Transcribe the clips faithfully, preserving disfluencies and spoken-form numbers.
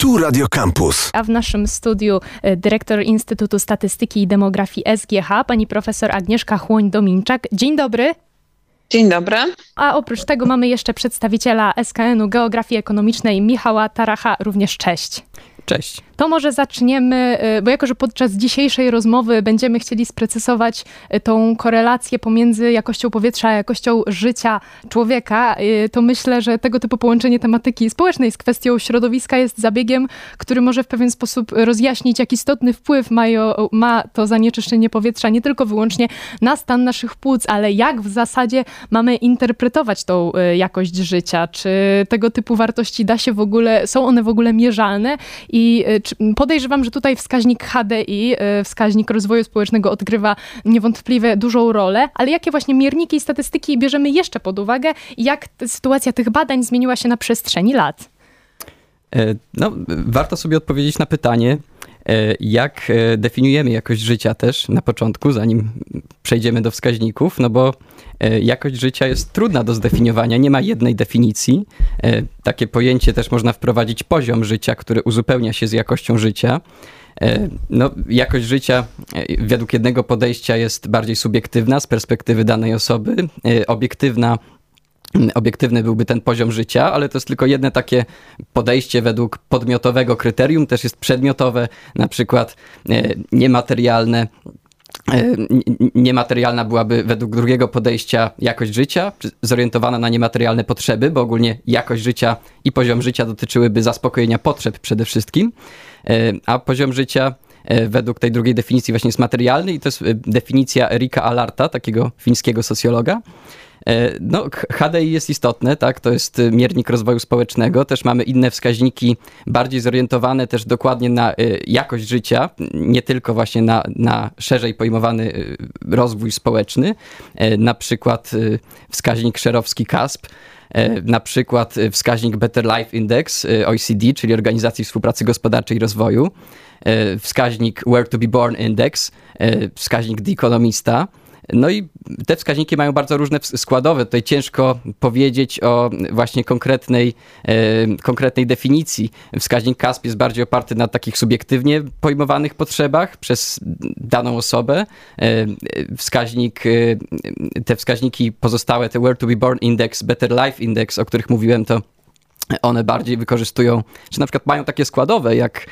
Tu Radio Campus. A w naszym studiu dyrektor Instytutu Statystyki i Demografii S G H, pani profesor Agnieszka Chłoń-Dominczak. Dzień dobry. Dzień dobry. A oprócz tego mamy jeszcze przedstawiciela S K N u Geografii Ekonomicznej Michała Taracha. Również cześć. Cześć. To może zaczniemy, bo jako, że podczas dzisiejszej rozmowy będziemy chcieli sprecyzować tą korelację pomiędzy jakością powietrza a jakością życia człowieka, to myślę, że tego typu połączenie tematyki społecznej z kwestią środowiska jest zabiegiem, który może w pewien sposób rozjaśnić, jak istotny wpływ mają, ma to zanieczyszczenie powietrza nie tylko wyłącznie na stan naszych płuc, ale jak w zasadzie mamy interpretować tą jakość życia. Czy tego typu wartości da się w ogóle, są one w ogóle mierzalne? I podejrzewam, że tutaj wskaźnik H D I, wskaźnik rozwoju społecznego, odgrywa niewątpliwie dużą rolę, ale jakie właśnie mierniki i statystyki bierzemy jeszcze pod uwagę i jak sytuacja tych badań zmieniła się na przestrzeni lat? No, warto sobie odpowiedzieć na pytanie, jak definiujemy jakość życia też na początku, zanim przejdziemy do wskaźników, no bo jakość życia jest trudna do zdefiniowania, nie ma jednej definicji. Takie pojęcie też można wprowadzić poziom życia, który uzupełnia się z jakością życia. No, jakość życia według jednego podejścia jest bardziej subiektywna z perspektywy danej osoby, obiektywna. Obiektywny byłby ten poziom życia, ale to jest tylko jedno takie podejście według podmiotowego kryterium, też jest przedmiotowe, na przykład niematerialne. Niematerialna byłaby według drugiego podejścia jakość życia, zorientowana na niematerialne potrzeby, bo ogólnie jakość życia i poziom życia dotyczyłyby zaspokojenia potrzeb przede wszystkim, a poziom życia według tej drugiej definicji właśnie jest materialny i to jest definicja Erika Alarta, takiego fińskiego socjologa. No, H D I jest istotne, tak, to jest miernik rozwoju społecznego, też mamy inne wskaźniki bardziej zorientowane też dokładnie na jakość życia, nie tylko właśnie na, na szerzej pojmowany rozwój społeczny, na przykład wskaźnik Szerowski-K A S P, na przykład wskaźnik Better Life Index O E C D, czyli Organizacji Współpracy Gospodarczej i Rozwoju, wskaźnik Where to be Born Index, wskaźnik The Economista. No i te wskaźniki mają bardzo różne składowe. Tutaj ciężko powiedzieć o właśnie konkretnej, e, konkretnej definicji. Wskaźnik K A S P jest bardziej oparty na takich subiektywnie pojmowanych potrzebach przez daną osobę. E, wskaźnik, e, te wskaźniki pozostałe, te Where to be Born Index, Better Life Index, o których mówiłem, to one bardziej wykorzystują, czy na przykład mają takie składowe, jak,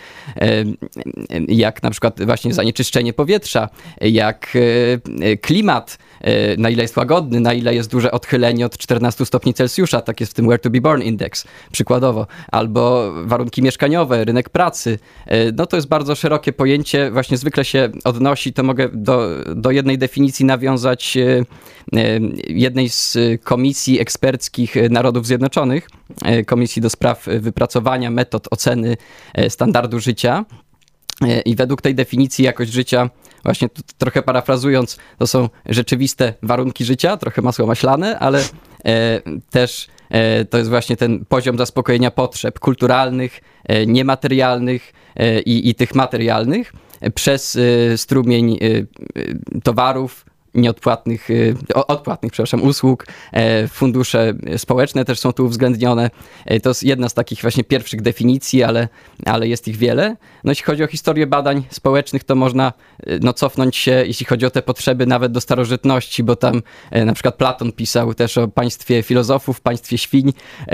jak na przykład właśnie zanieczyszczenie powietrza, jak klimat, na ile jest łagodny, na ile jest duże odchylenie od czternastu stopni Celsjusza, tak jest w tym Where to be Born Index, przykładowo, albo warunki mieszkaniowe, rynek pracy. No to jest bardzo szerokie pojęcie, właśnie zwykle się odnosi, to mogę do, do jednej definicji nawiązać jednej z komisji eksperckich Narodów Zjednoczonych, Komisji do spraw wypracowania metod oceny standardu życia. I według tej definicji jakość życia, właśnie tu, trochę parafrazując, to są rzeczywiste warunki życia, trochę masło maślane, ale e, też e, to jest właśnie ten poziom zaspokojenia potrzeb kulturalnych, e, niematerialnych e, i, i tych materialnych przez e, strumień e, towarów, nieodpłatnych, odpłatnych, przepraszam, usług, fundusze społeczne też są tu uwzględnione. To jest jedna z takich właśnie pierwszych definicji, ale, ale jest ich wiele. No jeśli chodzi o historię badań społecznych, to można no, cofnąć się, jeśli chodzi o te potrzeby, nawet do starożytności, bo tam na przykład Platon pisał też o państwie filozofów, państwie świń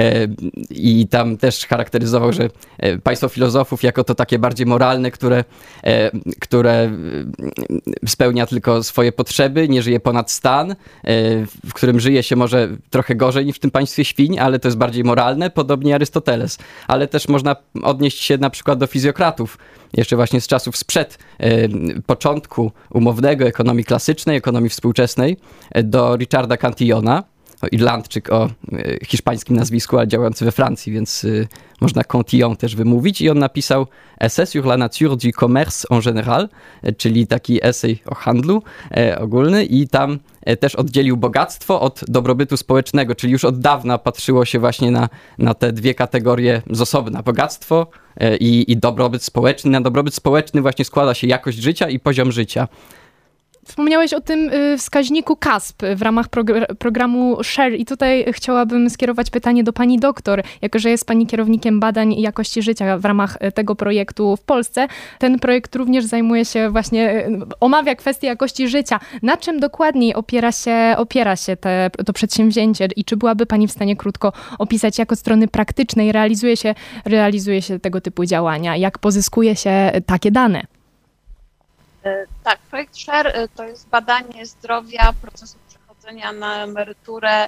i tam też charakteryzował, że państwo filozofów jako to takie bardziej moralne, które, które spełnia tylko swoje potrzeby, nie żyje ponad stan, w którym żyje się może trochę gorzej niż w tym państwie świń, ale to jest bardziej moralne, podobnie Arystoteles. Ale też można odnieść się na przykład do fizjokratów, jeszcze właśnie z czasów sprzed początku umownego ekonomii klasycznej, ekonomii współczesnej, do Richarda Cantillona, Irlandczyk o hiszpańskim nazwisku, ale działający we Francji, więc można Cantillon też wymówić. I on napisał Essai sur la nature du commerce en général, czyli taki esej o handlu ogólny i tam też oddzielił bogactwo od dobrobytu społecznego, czyli już od dawna patrzyło się właśnie na, na te dwie kategorie z osobna. Bogactwo i, i dobrobyt społeczny. Na dobrobyt społeczny właśnie składa się jakość życia i poziom życia. Wspomniałeś o tym wskaźniku K A S P w ramach progr- programu SHARE i tutaj chciałabym skierować pytanie do pani doktor, jako że jest pani kierownikiem badań jakości życia w ramach tego projektu w Polsce. Ten projekt również zajmuje się właśnie, omawia kwestię jakości życia. Na czym dokładniej opiera się, opiera się te, to przedsięwzięcie i czy byłaby pani w stanie krótko opisać, jak od strony praktycznej realizuje się, realizuje się tego typu działania, jak pozyskuje się takie dane? Tak, projekt SHARE to jest badanie zdrowia, procesu przechodzenia na emeryturę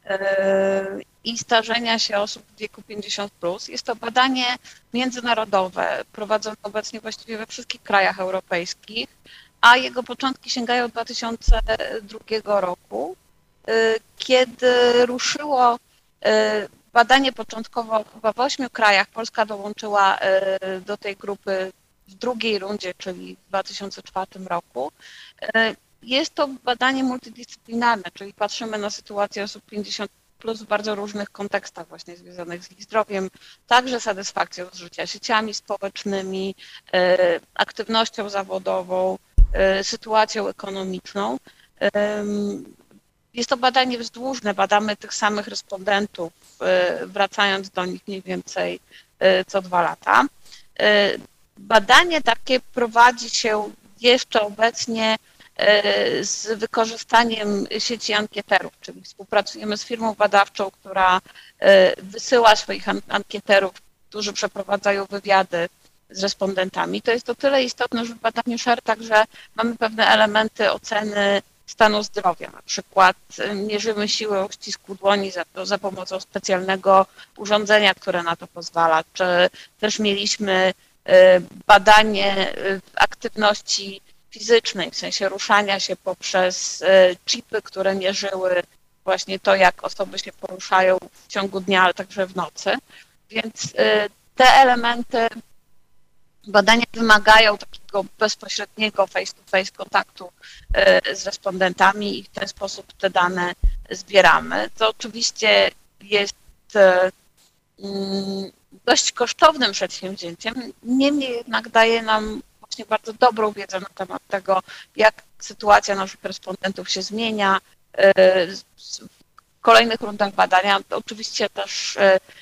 i starzenia się osób w wieku pięćdziesiąt plus. Jest to badanie międzynarodowe, prowadzone obecnie właściwie we wszystkich krajach europejskich, a jego początki sięgają dwa tysiące drugiego roku, kiedy ruszyło badanie początkowo chyba w ośmiu krajach. Polska dołączyła do tej grupy w drugiej rundzie, czyli w dwa tysiące czwartym roku. Jest to badanie multidyscyplinarne, czyli patrzymy na sytuację osób pięćdziesiąt plus w bardzo różnych kontekstach właśnie związanych z ich zdrowiem, także satysfakcją z życia, sieciami społecznymi, aktywnością zawodową, sytuacją ekonomiczną. Jest to badanie wzdłużne, badamy tych samych respondentów, wracając do nich mniej więcej co dwa lata. Badanie takie prowadzi się jeszcze obecnie z wykorzystaniem sieci ankieterów, czyli współpracujemy z firmą badawczą, która wysyła swoich ankieterów, którzy przeprowadzają wywiady z respondentami. To jest o tyle istotne, że w badaniu SHARE także mamy pewne elementy oceny stanu zdrowia. Na przykład mierzymy siłę uścisku dłoni za, za pomocą specjalnego urządzenia, które na to pozwala, czy też mieliśmy badanie aktywności fizycznej, w sensie ruszania się poprzez chipy, które mierzyły właśnie to, jak osoby się poruszają w ciągu dnia, ale także w nocy. Więc te elementy badania wymagają takiego bezpośredniego face-to-face kontaktu z respondentami i w ten sposób te dane zbieramy. To oczywiście jest dość kosztownym przedsięwzięciem, niemniej jednak daje nam właśnie bardzo dobrą wiedzę na temat tego, jak sytuacja naszych respondentów się zmienia. W kolejnych rundach badania oczywiście też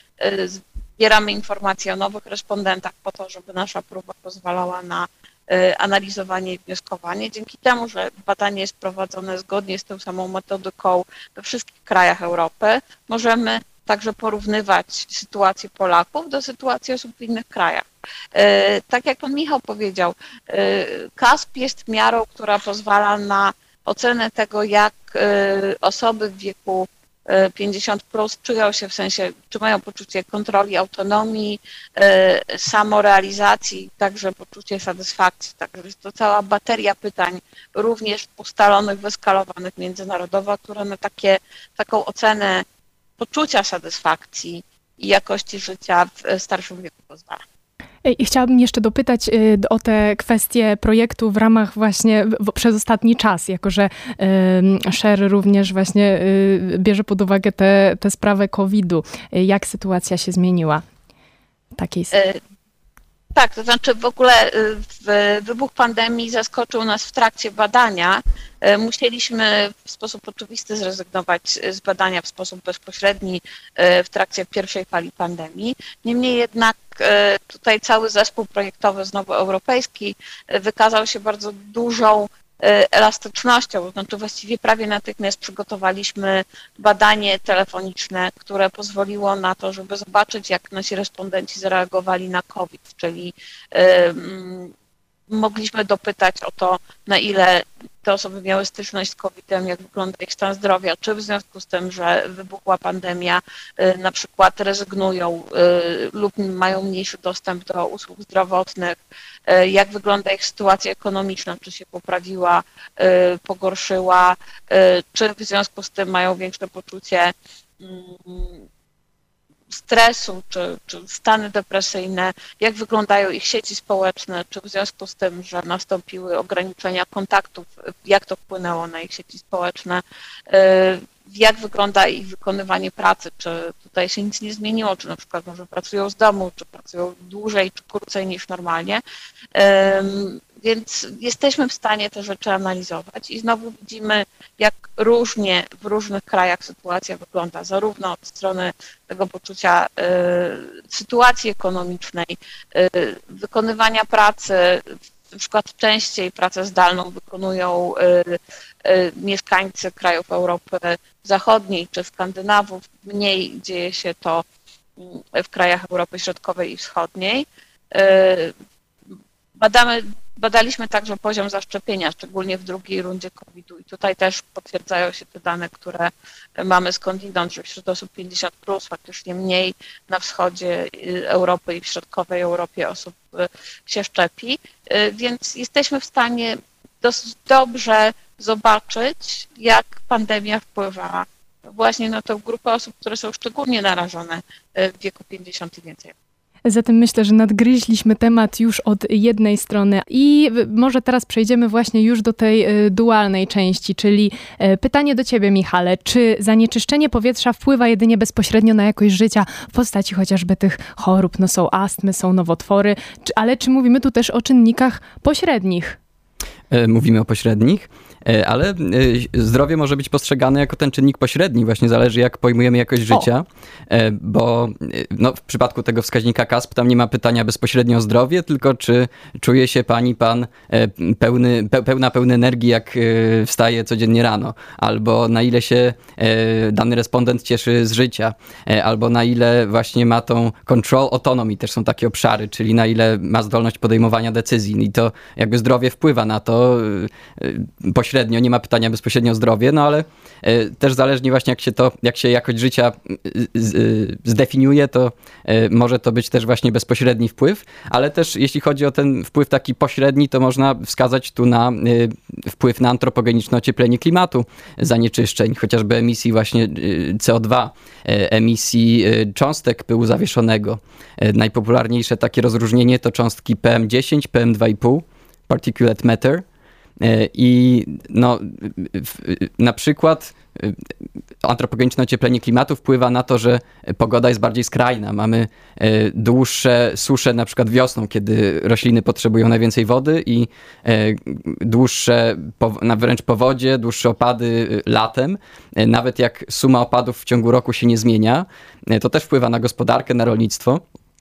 zbieramy informacje o nowych respondentach po to, żeby nasza próba pozwalała na analizowanie i wnioskowanie. Dzięki temu, że badanie jest prowadzone zgodnie z tą samą metodyką we wszystkich krajach Europy, możemy także porównywać sytuację Polaków do sytuacji osób w innych krajach. Tak jak pan Michał powiedział, K A S P jest miarą, która pozwala na ocenę tego, jak osoby w wieku pięćdziesiąt plus czują się, w sensie, czy mają poczucie kontroli, autonomii, samorealizacji, także poczucie satysfakcji. Także jest to cała bateria pytań, również ustalonych, wyskalowanych międzynarodowo, które na takie, taką ocenę poczucia satysfakcji i jakości życia w starszym wieku pozwala. I chciałabym jeszcze dopytać o te kwestie projektu w ramach właśnie w, przez ostatni czas, jako że y, SHARE również właśnie y, bierze pod uwagę tę sprawę kowida. Jak sytuacja się zmieniła w takiej sytuacji? Tak, to znaczy w ogóle wybuch pandemii zaskoczył nas w trakcie badania. Musieliśmy w sposób oczywisty zrezygnować z badania w sposób bezpośredni w trakcie pierwszej fali pandemii. Niemniej jednak tutaj cały zespół projektowy, znowu europejski, wykazał się bardzo dużą elastycznością, to znaczy właściwie prawie natychmiast przygotowaliśmy badanie telefoniczne, które pozwoliło na to, żeby zobaczyć, jak nasi respondenci zareagowali na COVID, czyli um, mogliśmy dopytać o to, na ile te osoby miały styczność z kowidem, jak wygląda ich stan zdrowia, czy w związku z tym, że wybuchła pandemia, na przykład rezygnują lub mają mniejszy dostęp do usług zdrowotnych, jak wygląda ich sytuacja ekonomiczna, czy się poprawiła, pogorszyła, czy w związku z tym mają większe poczucie stresu, czy, czy stany depresyjne, jak wyglądają ich sieci społeczne, czy w związku z tym, że nastąpiły ograniczenia kontaktów, jak to wpłynęło na ich sieci społeczne, jak wygląda ich wykonywanie pracy, czy tutaj się nic nie zmieniło, czy na przykład może pracują z domu, czy pracują dłużej, czy krócej niż normalnie. Więc jesteśmy w stanie te rzeczy analizować i znowu widzimy, jak różnie w różnych krajach sytuacja wygląda, zarówno od strony tego poczucia sytuacji ekonomicznej, wykonywania pracy, na przykład częściej pracę zdalną wykonują mieszkańcy krajów Europy Zachodniej czy Skandynawów, mniej dzieje się to w krajach Europy Środkowej i Wschodniej. Badamy, badaliśmy także poziom zaszczepienia, szczególnie w drugiej rundzie kowida i tutaj też potwierdzają się te dane, które mamy skądinąd, że wśród osób pięćdziesiąt plus faktycznie mniej na wschodzie Europy i w środkowej Europie osób się szczepi, więc jesteśmy w stanie dosyć dobrze zobaczyć, jak pandemia wpływa właśnie na tę grupę osób, które są szczególnie narażone w wieku pięćdziesiąt i więcej. Zatem myślę, że nadgryźliśmy temat już od jednej strony i może teraz przejdziemy właśnie już do tej dualnej części, czyli pytanie do ciebie, Michale. Czy zanieczyszczenie powietrza wpływa jedynie bezpośrednio na jakość życia w postaci chociażby tych chorób? No są astmy, są nowotwory, ale czy mówimy tu też o czynnikach pośrednich? Mówimy o pośrednich, ale zdrowie może być postrzegane jako ten czynnik pośredni, właśnie zależy jak pojmujemy jakość życia, o. bo no, w przypadku tego wskaźnika K A S P tam nie ma pytania bezpośrednio o zdrowie, tylko czy czuje się pani, pan pełny, pełna, pełny energii jak wstaje codziennie rano, albo na ile się dany respondent cieszy z życia, albo na ile właśnie ma tą control autonomy, też są takie obszary, czyli na ile ma zdolność podejmowania decyzji i to jakby zdrowie wpływa na to pośrednio, nie ma pytania bezpośrednio o zdrowie, no ale też zależnie właśnie jak się to, jak się jakość życia zdefiniuje, to może to być też właśnie bezpośredni wpływ, ale też jeśli chodzi o ten wpływ taki pośredni, to można wskazać tu na wpływ na antropogeniczne ocieplenie klimatu, zanieczyszczeń, chociażby emisji właśnie C O dwa, emisji cząstek pyłu zawieszonego. Najpopularniejsze takie rozróżnienie to cząstki P M dziesięć, P M dwa i pół, particulate matter. I no, na przykład antropogeniczne ocieplenie klimatu wpływa na to, że pogoda jest bardziej skrajna. Mamy dłuższe susze, na przykład wiosną, kiedy rośliny potrzebują najwięcej wody i dłuższe, wręcz powodzie, dłuższe opady latem. Nawet jak suma opadów w ciągu roku się nie zmienia, to też wpływa na gospodarkę, na rolnictwo.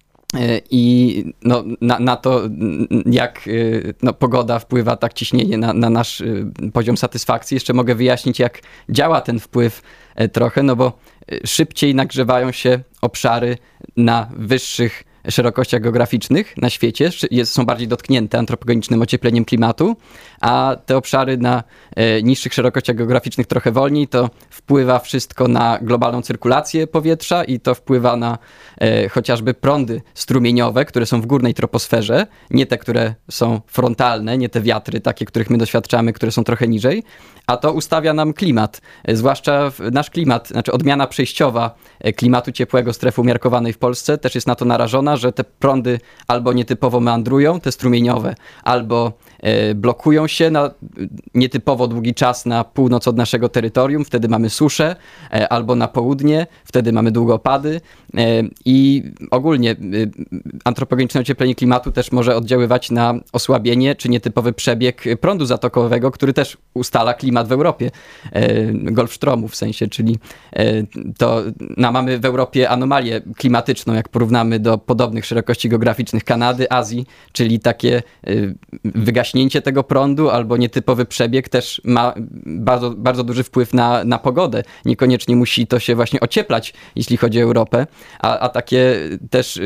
I no, na, na to, jak no, pogoda wpływa, tak ciśnienie na, na nasz poziom satysfakcji. Jeszcze mogę wyjaśnić, jak działa ten wpływ trochę, no bo szybciej nagrzewają się obszary na wyższych szerokościach geograficznych na świecie, jest, są bardziej dotknięte antropogenicznym ociepleniem klimatu, a te obszary na e, niższych szerokościach geograficznych trochę wolniej, to wpływa wszystko na globalną cyrkulację powietrza i to wpływa na e, chociażby prądy strumieniowe, które są w górnej troposferze, nie te, które są frontalne, nie te wiatry takie, których my doświadczamy, które są trochę niżej, a to ustawia nam klimat, e, zwłaszcza nasz klimat, znaczy odmiana przejściowa klimatu ciepłego strefy umiarkowanej w Polsce też jest na to narażona, że te prądy albo nietypowo meandrują, te strumieniowe, albo blokują się na nietypowo długi czas na północ od naszego terytorium, wtedy mamy suszę, albo na południe, wtedy mamy długopady i ogólnie antropogeniczne ocieplenie klimatu też może oddziaływać na osłabienie czy nietypowy przebieg prądu zatokowego, który też ustala klimat w Europie, Golfstromu w sensie, czyli to no, mamy w Europie anomalię klimatyczną, jak porównamy do podobnych szerokości geograficznych Kanady, Azji, czyli takie wygaśnięcie tego prądu albo nietypowy przebieg też ma bardzo, bardzo duży wpływ na, na pogodę. Niekoniecznie musi to się właśnie ocieplać, jeśli chodzi o Europę, a, a takie też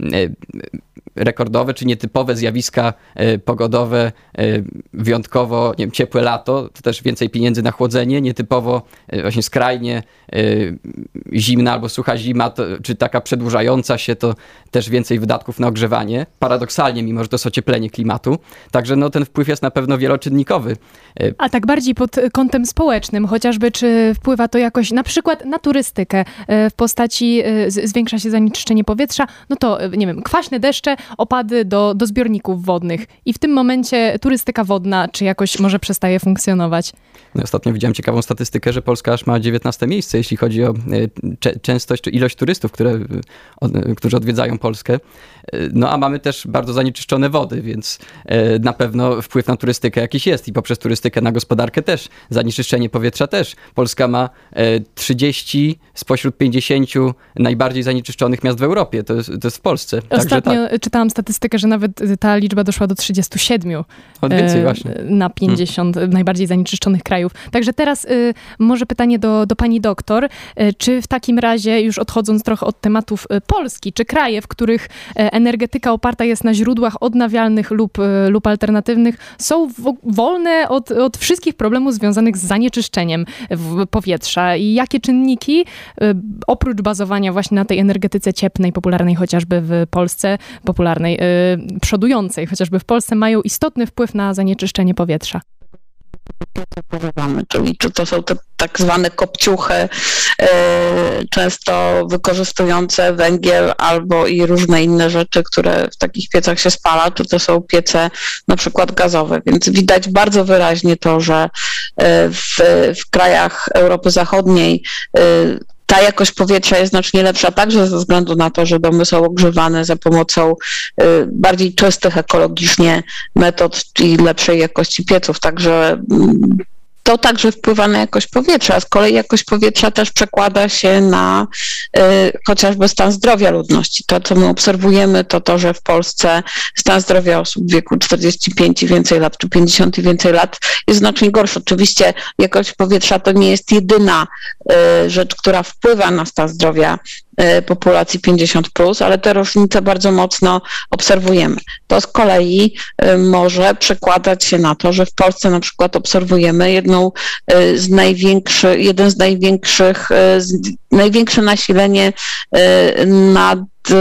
rekordowe czy nietypowe zjawiska pogodowe, wyjątkowo nie wiem, ciepłe lato, to też więcej pieniędzy na chłodzenie, nietypowo właśnie skrajnie zimna albo sucha zima, to, czy taka przedłużająca się, to też więcej wydatków na ogrzewanie. Paradoksalnie, mimo że to jest ocieplenie klimatu. Także no, ten wpływ jest na pewno wieloczynnikowy. A tak bardziej pod kątem społecznym, chociażby czy wpływa to jakoś na przykład na turystykę w postaci zwiększa się zanieczyszczenie powietrza, no to nie wiem, kwaśne deszcze, opady do, do zbiorników wodnych i w tym momencie turystyka wodna czy jakoś może przestaje funkcjonować? No, ostatnio widziałem ciekawą statystykę, że Polska aż ma dziewiętnaste miejsce, jeśli chodzi o cze- częstość czy ilość turystów, które, o, którzy odwiedzają Polskę. Polskę. No a mamy też bardzo zanieczyszczone wody, więc na pewno wpływ na turystykę jakiś jest i poprzez turystykę na gospodarkę też, zanieczyszczenie powietrza też. Polska ma trzydzieści spośród pięćdziesięciu najbardziej zanieczyszczonych miast w Europie, to jest, to jest w Polsce. Ostatnio tak. czytałam statystykę, że nawet ta liczba doszła do trzydziestu siedmiu Od więcej właśnie. na pięćdziesiąt hmm. najbardziej zanieczyszczonych krajów. Także teraz y, może pytanie do, do pani doktor, y, czy w takim razie, już odchodząc trochę od tematów y, Polski, czy kraje, w których y, energetyka oparta jest na źródłach odnawialnych lub, lub alternatywnych, są w, wolne od, od wszystkich problemów związanych z zanieczyszczeniem powietrza i jakie czynniki, oprócz bazowania właśnie na tej energetyce cieplnej, popularnej chociażby w Polsce, popularnej, przodującej chociażby w Polsce, mają istotny wpływ na zanieczyszczenie powietrza? Czyli czy to są te tak zwane kopciuchy, yy, często wykorzystujące węgiel albo i różne inne rzeczy, które w takich piecach się spala, czy to są piece na przykład gazowe. Więc widać bardzo wyraźnie to, że yy, w, w krajach Europy Zachodniej yy, ta jakość powietrza jest znacznie lepsza także ze względu na to, że domy są ogrzewane za pomocą y, bardziej czystych ekologicznie metod i lepszej jakości pieców. Także y, to także wpływa na jakość powietrza, a z kolei jakość powietrza też przekłada się na y, chociażby stan zdrowia ludności. To, co my obserwujemy, to to, że w Polsce stan zdrowia osób w wieku czterdzieści pięć i więcej lat, czy pięćdziesiąt i więcej lat jest znacznie gorszy. Oczywiście jakość powietrza to nie jest jedyna y, rzecz, która wpływa na stan zdrowia populacji pięćdziesiąt plus, ale te różnice bardzo mocno obserwujemy. To z kolei może przekładać się na to, że w Polsce na przykład obserwujemy jedną z największych, jeden z największych, największe nasilenie nad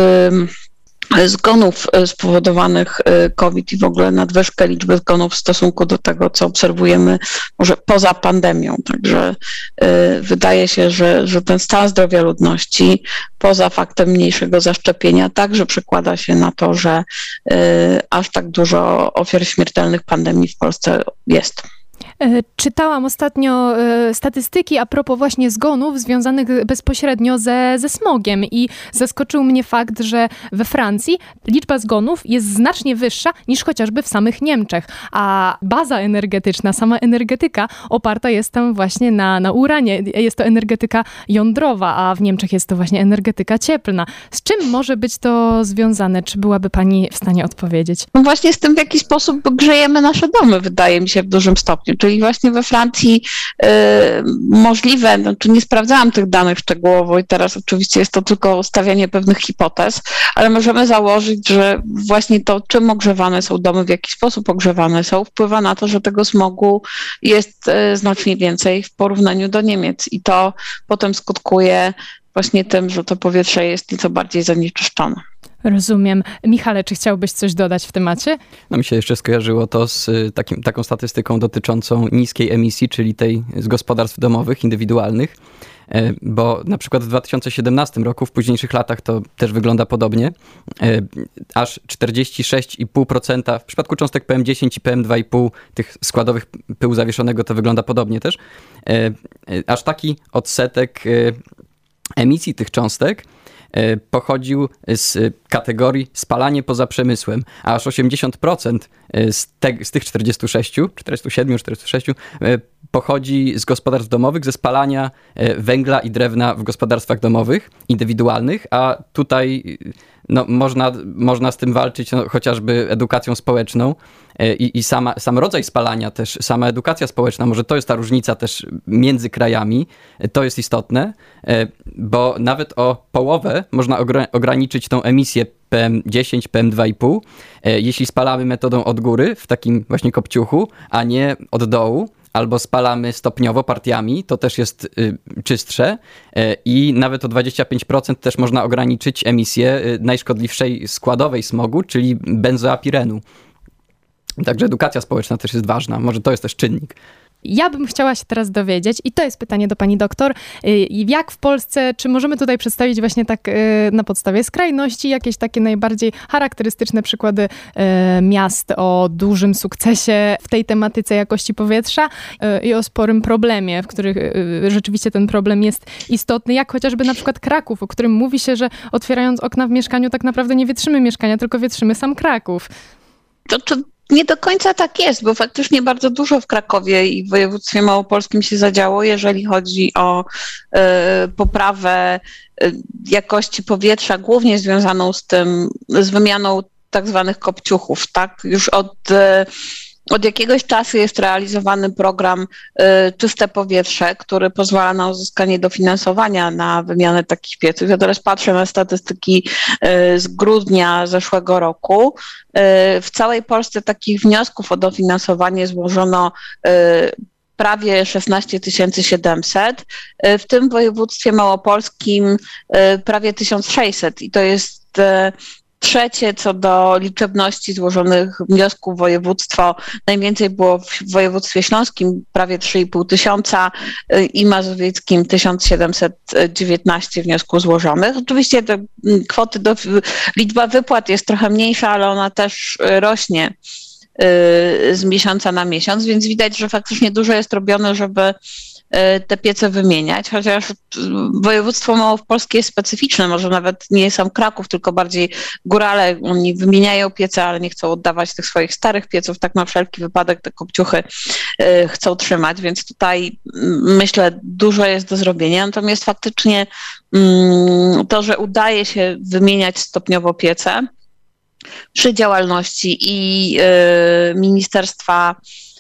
zgonów spowodowanych COVID i w ogóle nadwyżkę liczby zgonów w stosunku do tego, co obserwujemy może poza pandemią. Także wydaje się, że, że ten stan zdrowia ludności poza faktem mniejszego zaszczepienia także przekłada się na to, że aż tak dużo ofiar śmiertelnych pandemii w Polsce jest. Czytałam ostatnio statystyki a propos właśnie zgonów związanych bezpośrednio ze, ze smogiem i zaskoczył mnie fakt, że we Francji liczba zgonów jest znacznie wyższa niż chociażby w samych Niemczech, a baza energetyczna, sama energetyka oparta jest tam właśnie na, na uranie. Jest to energetyka jądrowa, a w Niemczech jest to właśnie energetyka cieplna. Z czym może być to związane? Czy byłaby pani w stanie odpowiedzieć? No właśnie z tym, w jaki sposób grzejemy nasze domy, wydaje mi się w dużym stopniu. Czyli właśnie we Francji y, możliwe, znaczy nie sprawdzałam tych danych szczegółowo i teraz oczywiście jest to tylko stawianie pewnych hipotez, ale możemy założyć, że właśnie to, czym ogrzewane są domy, w jaki sposób ogrzewane są, wpływa na to, że tego smogu jest y, znacznie więcej w porównaniu do Niemiec i to potem skutkuje właśnie tym, że to powietrze jest nieco bardziej zanieczyszczone. Rozumiem. Michale, czy chciałbyś coś dodać w temacie? No mi się jeszcze skojarzyło to z takim, taką statystyką dotyczącą niskiej emisji, czyli tej z gospodarstw domowych, indywidualnych, bo na przykład w dwa tysiące siedemnastym roku, w późniejszych latach to też wygląda podobnie, aż czterdzieści sześć i pół procent w przypadku cząstek P M dziesięć i P M dwa i pół, tych składowych pyłu zawieszonego, to wygląda podobnie też, aż taki odsetek emisji tych cząstek pochodził z kategorii spalanie poza przemysłem, a aż osiemdziesiąt procent z, te, z tych czterdziestu sześciu, czterdziestu siedmiu, czterdziestu sześciu pochodzi z gospodarstw domowych, ze spalania węgla i drewna w gospodarstwach domowych, indywidualnych, a tutaj no, można, można z tym walczyć no, chociażby edukacją społeczną i, i sama, sam rodzaj spalania też, sama edukacja społeczna, może to jest ta różnica też między krajami, to jest istotne, bo nawet o połowę można ograniczyć tą emisję P M dziesięć, P M dwa i pół, jeśli spalamy metodą od góry, w takim właśnie kopciuchu, a nie od dołu, albo spalamy stopniowo partiami, to też jest y, czystsze y, i nawet o dwadzieścia pięć procent też można ograniczyć emisję y, najszkodliwszej składowej smogu, czyli benzoapirenu. Także edukacja społeczna też jest ważna, może to jest też czynnik. Ja bym chciała się teraz dowiedzieć, i to jest pytanie do pani doktor, jak w Polsce, czy możemy tutaj przedstawić właśnie tak na podstawie skrajności jakieś takie najbardziej charakterystyczne przykłady miast o dużym sukcesie w tej tematyce jakości powietrza i o sporym problemie, w których rzeczywiście ten problem jest istotny, jak chociażby na przykład Kraków, o którym mówi się, że otwierając okna w mieszkaniu tak naprawdę nie wietrzymy mieszkania, tylko wietrzymy sam Kraków. To, to nie do końca tak jest, bo faktycznie bardzo dużo w Krakowie i w województwie małopolskim się zadziało, jeżeli chodzi o y, poprawę y, jakości powietrza, głównie związaną z tym, z wymianą tak zwanych kopciuchów, tak? Już od y, Od jakiegoś czasu jest realizowany program y, Czyste Powietrze, który pozwala na uzyskanie dofinansowania na wymianę takich pieców. Ja teraz patrzę na statystyki y, z grudnia zeszłego roku. Y, w całej Polsce takich wniosków o dofinansowanie złożono y, prawie szesnaście tysięcy siedemset, y, w tym województwie małopolskim y, prawie tysiąc sześćset i to jest y, trzecie co do liczebności złożonych wniosków województwo. Najwięcej było w województwie śląskim, prawie trzy i pół tysiąca i mazowieckim tysiąc siedemset dziewiętnaście wniosków złożonych. Oczywiście te kwoty, do, liczba wypłat jest trochę mniejsza, ale ona też rośnie z miesiąca na miesiąc, więc widać, że faktycznie dużo jest robione, żeby te piece wymieniać, chociaż województwo małopolskie jest specyficzne, może nawet nie sam Kraków, tylko bardziej górale, oni wymieniają piece, ale nie chcą oddawać tych swoich starych pieców, tak na wszelki wypadek te kopciuchy chcą trzymać, więc tutaj myślę dużo jest do zrobienia, natomiast faktycznie to, że udaje się wymieniać stopniowo piece przy działalności i Ministerstwa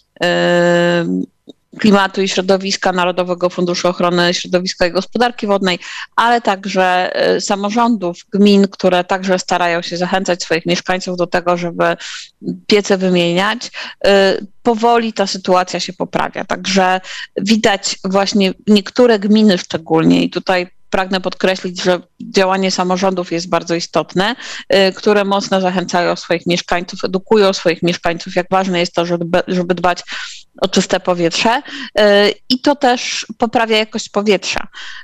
Klimatu i Środowiska, Narodowego Funduszu Ochrony Środowiska i Gospodarki Wodnej, ale także samorządów, gmin, które także starają się zachęcać swoich mieszkańców do tego, żeby piece wymieniać. Powoli ta sytuacja się poprawia, także widać właśnie niektóre gminy szczególnie i tutaj pragnę podkreślić, że działanie samorządów jest bardzo istotne, które mocno zachęcają swoich mieszkańców, edukują swoich mieszkańców, jak ważne jest to, żeby, żeby dbać o czyste powietrze i to też poprawia jakość powietrza.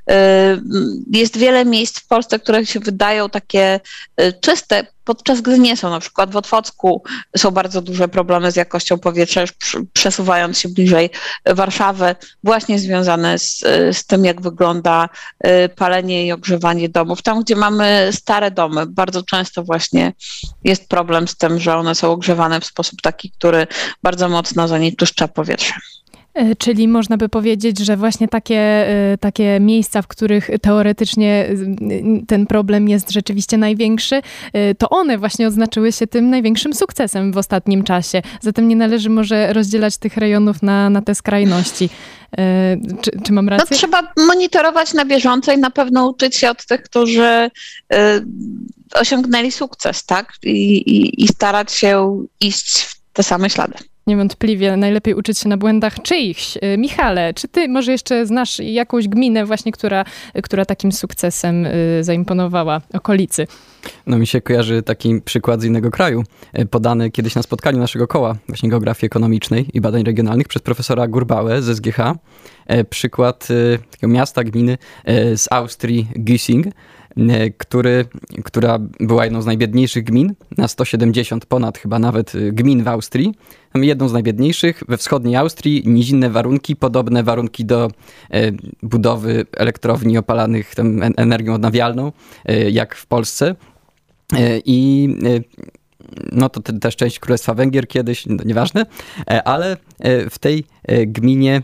Jest wiele miejsc w Polsce, które się wydają takie czyste, podczas gdy nie są. Na przykład w Otwocku są bardzo duże problemy z jakością powietrza, już przesuwając się bliżej Warszawy, właśnie związane z, z tym, jak wygląda palenie i ogrzewanie domów. Tam, gdzie mamy stare domy, bardzo często właśnie jest problem z tym, że one są ogrzewane w sposób taki, który bardzo mocno zanieczyszcza powietrze. Czyli można by powiedzieć, że właśnie takie, takie miejsca, w których teoretycznie ten problem jest rzeczywiście największy, to one właśnie odznaczyły się tym największym sukcesem w ostatnim czasie. Zatem nie należy może rozdzielać tych rejonów na, na te skrajności. Czy, czy mam rację? No, trzeba monitorować na bieżąco i na pewno uczyć się od tych, którzy y, osiągnęli sukces, tak? I, i, i starać się iść w te same ślady. Niewątpliwie najlepiej uczyć się na błędach czyichś. Michale, czy ty może jeszcze znasz jakąś gminę właśnie, która, która takim sukcesem zaimponowała okolicy? No mi się kojarzy taki przykład z innego kraju, podany kiedyś na spotkaniu naszego koła właśnie geografii ekonomicznej i badań regionalnych przez profesora Gurbałę z S G H. Przykład takiego miasta, gminy z Austrii, Güssing, który, która była jedną z najbiedniejszych gmin, na sto siedemdziesiąt ponad chyba nawet gmin w Austrii. Jedną z najbiedniejszych we wschodniej Austrii, nizinne warunki, podobne warunki do e, budowy elektrowni opalanych tam energią odnawialną, e, jak w Polsce. E, I e, no to te, też część Królestwa Węgier kiedyś, no, nieważne, e, ale e, w tej e, gminie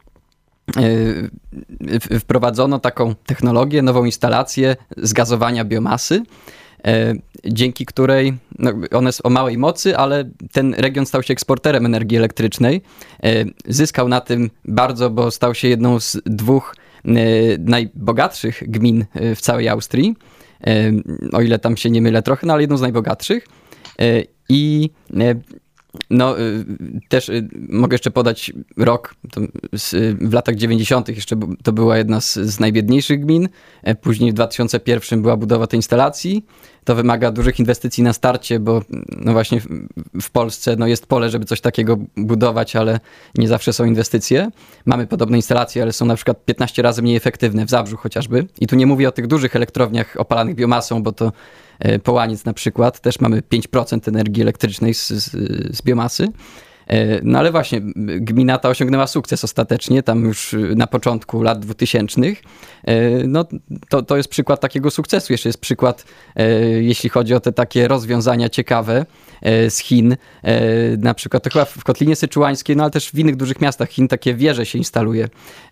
wprowadzono taką technologię, nową instalację zgazowania biomasy, dzięki której no, one są o małej mocy, ale ten region stał się eksporterem energii elektrycznej. Zyskał na tym bardzo, bo stał się jedną z dwóch najbogatszych gmin w całej Austrii, o ile tam się nie mylę trochę, no ale jedną z najbogatszych. I No, też mogę jeszcze podać rok, to w latach dziewięćdziesiątych jeszcze to była jedna z, z najbiedniejszych gmin, później w dwa tysiące pierwszym była budowa tej instalacji. To wymaga dużych inwestycji na starcie, bo no właśnie w, w Polsce no jest pole, żeby coś takiego budować, ale nie zawsze są inwestycje. Mamy podobne instalacje, ale są na przykład piętnaście razy mniej efektywne, w Zabrzu chociażby. I tu nie mówię o tych dużych elektrowniach opalanych biomasą, bo to Połaniec na przykład, też mamy pięć procent energii elektrycznej z, z, z biomasy. No ale właśnie, gmina ta osiągnęła sukces ostatecznie, tam już na początku lat dwutysięcznych. No to, to jest przykład takiego sukcesu. Jeszcze jest przykład, jeśli chodzi o te takie rozwiązania ciekawe z Chin. Na przykład to chyba w Kotlinie Syczułańskiej, no ale też w innych dużych miastach Chin takie wieże się instaluje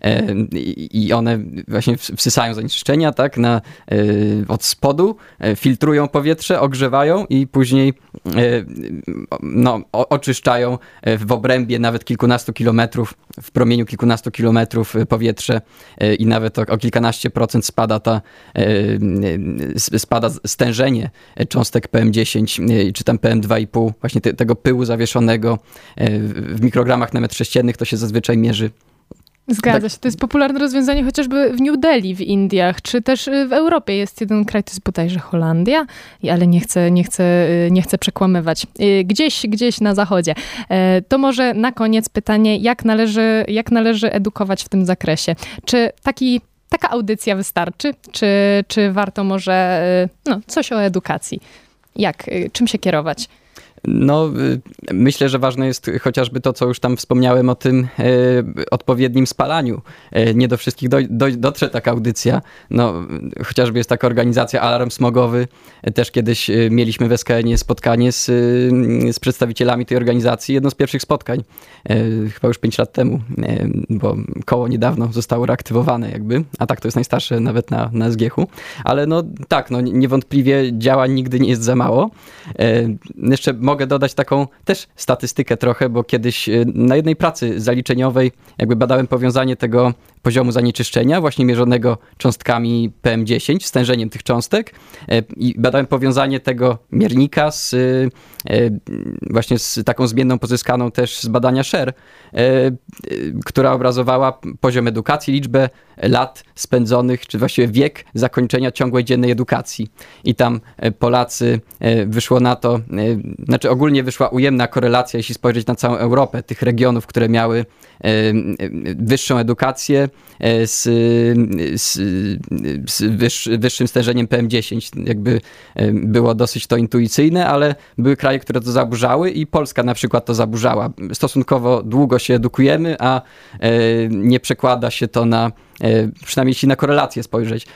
i one właśnie wsysają zanieczyszczenia, tak, na, od spodu, filtrują powietrze, ogrzewają i później no, oczyszczają w obrębie nawet kilkunastu kilometrów, w promieniu kilkunastu kilometrów powietrze i nawet o, o kilkanaście procent spada ta, spada stężenie cząstek P M dziesięć czy tam P M dwa i pół, właśnie te, tego pyłu zawieszonego w mikrogramach na metr sześciennych to się zazwyczaj mierzy. Zgadza tak. się. To jest popularne rozwiązanie chociażby w New Delhi w Indiach, czy też w Europie. Jest jeden kraj, to jest bodajże Holandia, ale nie chcę, nie chcę, nie chcę przekłamywać. Gdzieś, gdzieś na zachodzie. To może na koniec pytanie, jak należy, jak należy edukować w tym zakresie? Czy taki, taka audycja wystarczy? Czy, czy warto może no, coś o edukacji? Jak, czym się kierować? No, myślę, że ważne jest chociażby to, co już tam wspomniałem o tym e, odpowiednim spalaniu. E, nie do wszystkich do, do, dotrze taka audycja. No, chociażby jest taka organizacja Alarm Smogowy. E, też kiedyś e, mieliśmy w S K N-ie spotkanie z, e, z przedstawicielami tej organizacji. Jedno z pierwszych spotkań, e, chyba już pięć lat temu, e, bo koło niedawno zostało reaktywowane jakby, a tak to jest najstarsze nawet na, na S G H-u. Ale no tak, no, niewątpliwie działań nigdy nie jest za mało. E, jeszcze mogę dodać taką też statystykę trochę, bo kiedyś na jednej pracy zaliczeniowej jakby badałem powiązanie tego poziomu zanieczyszczenia, właśnie mierzonego cząstkami P M dziesięć, stężeniem tych cząstek i badałem powiązanie tego miernika z właśnie z taką zmienną pozyskaną też z badania Sher, która obrazowała poziom edukacji, liczbę lat spędzonych, czy właściwie wiek zakończenia ciągłej dziennej edukacji. I tam Polacy wyszło na to, znaczy ogólnie wyszła ujemna korelacja, jeśli spojrzeć na całą Europę, tych regionów, które miały wyższą edukację z, z, z wyższ, wyższym stężeniem P M dziesięć. Jakby było dosyć to intuicyjne, ale były kraje, które to zaburzały i Polska na przykład to zaburzała. Stosunkowo długo się edukujemy, a nie przekłada się to na, przynajmniej jeśli na korelację spojrzeć,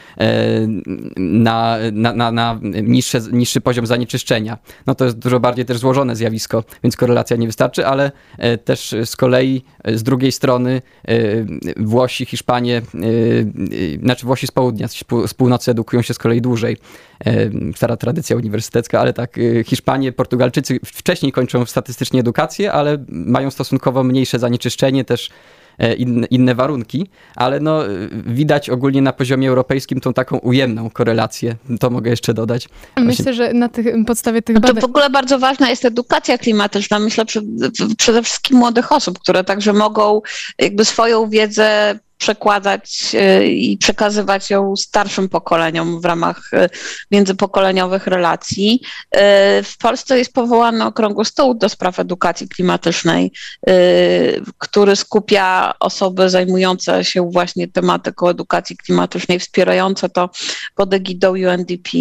na, na, na, na niższe, niższy poziom zanieczyszczenia. No to jest dużo bardziej też złożone zjawisko, więc korelacja nie wystarczy, ale też z kolei z drugiej strony Włosi, Hiszpanie, znaczy Włosi z południa, z północy edukują się z kolei dłużej. Stara tradycja uniwersytecka, ale tak, Hiszpanie, Portugalczycy wcześniej kończą statystycznie edukację, ale mają stosunkowo mniejsze zanieczyszczenie, też inne, inne warunki, ale no widać ogólnie na poziomie europejskim tą taką ujemną korelację. To mogę jeszcze dodać. Myślę, Właśnie... że na tych, podstawie tych no badań... To w ogóle bardzo ważna jest edukacja klimatyczna. Myślę przede wszystkim młodych osób, które także mogą jakby swoją wiedzę przekładać i przekazywać ją starszym pokoleniom w ramach międzypokoleniowych relacji. W Polsce jest powołany okrągły stół do spraw edukacji klimatycznej, który skupia osoby zajmujące się właśnie tematyką edukacji klimatycznej, wspierające to pod egidą U N D P.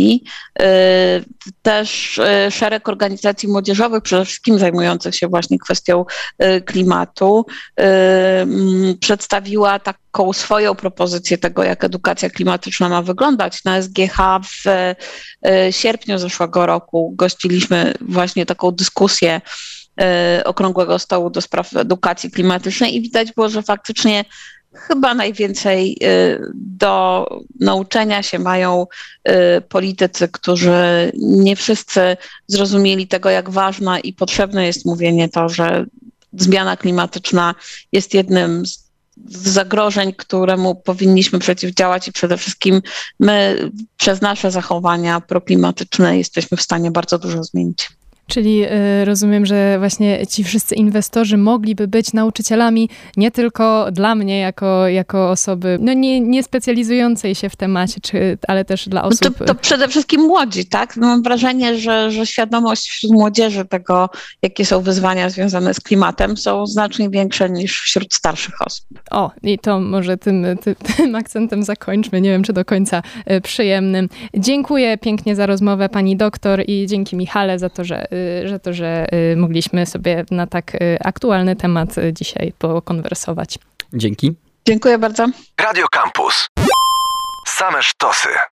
Też szereg organizacji młodzieżowych, przede wszystkim zajmujących się właśnie kwestią klimatu, przedstawiła tak swoją propozycję tego, jak edukacja klimatyczna ma wyglądać. Na S G H w sierpniu zeszłego roku gościliśmy właśnie taką dyskusję okrągłego stołu do spraw edukacji klimatycznej i widać było, że faktycznie chyba najwięcej do nauczenia się mają politycy, którzy nie wszyscy zrozumieli tego, jak ważna i potrzebne jest mówienie to, że zmiana klimatyczna jest jednym z zagrożeń, któremu powinniśmy przeciwdziałać i przede wszystkim my przez nasze zachowania proklimatyczne jesteśmy w stanie bardzo dużo zmienić. Czyli y, rozumiem, że właśnie ci wszyscy inwestorzy mogliby być nauczycielami nie tylko dla mnie jako, jako osoby no nie, nie specjalizującej się w temacie, czy, ale też dla osób... No to, to przede wszystkim młodzi, tak? No mam wrażenie, że, że świadomość wśród młodzieży tego, jakie są wyzwania związane z klimatem, są znacznie większe niż wśród starszych osób. O, i to może tym, tym, tym akcentem zakończmy, nie wiem, czy do końca y, przyjemnym. Dziękuję pięknie za rozmowę pani doktor i dzięki Michale za to, że że to, że mogliśmy sobie na tak aktualny temat dzisiaj pokonwersować. Dzięki. Dziękuję bardzo. Radio Campus. Same sztosy.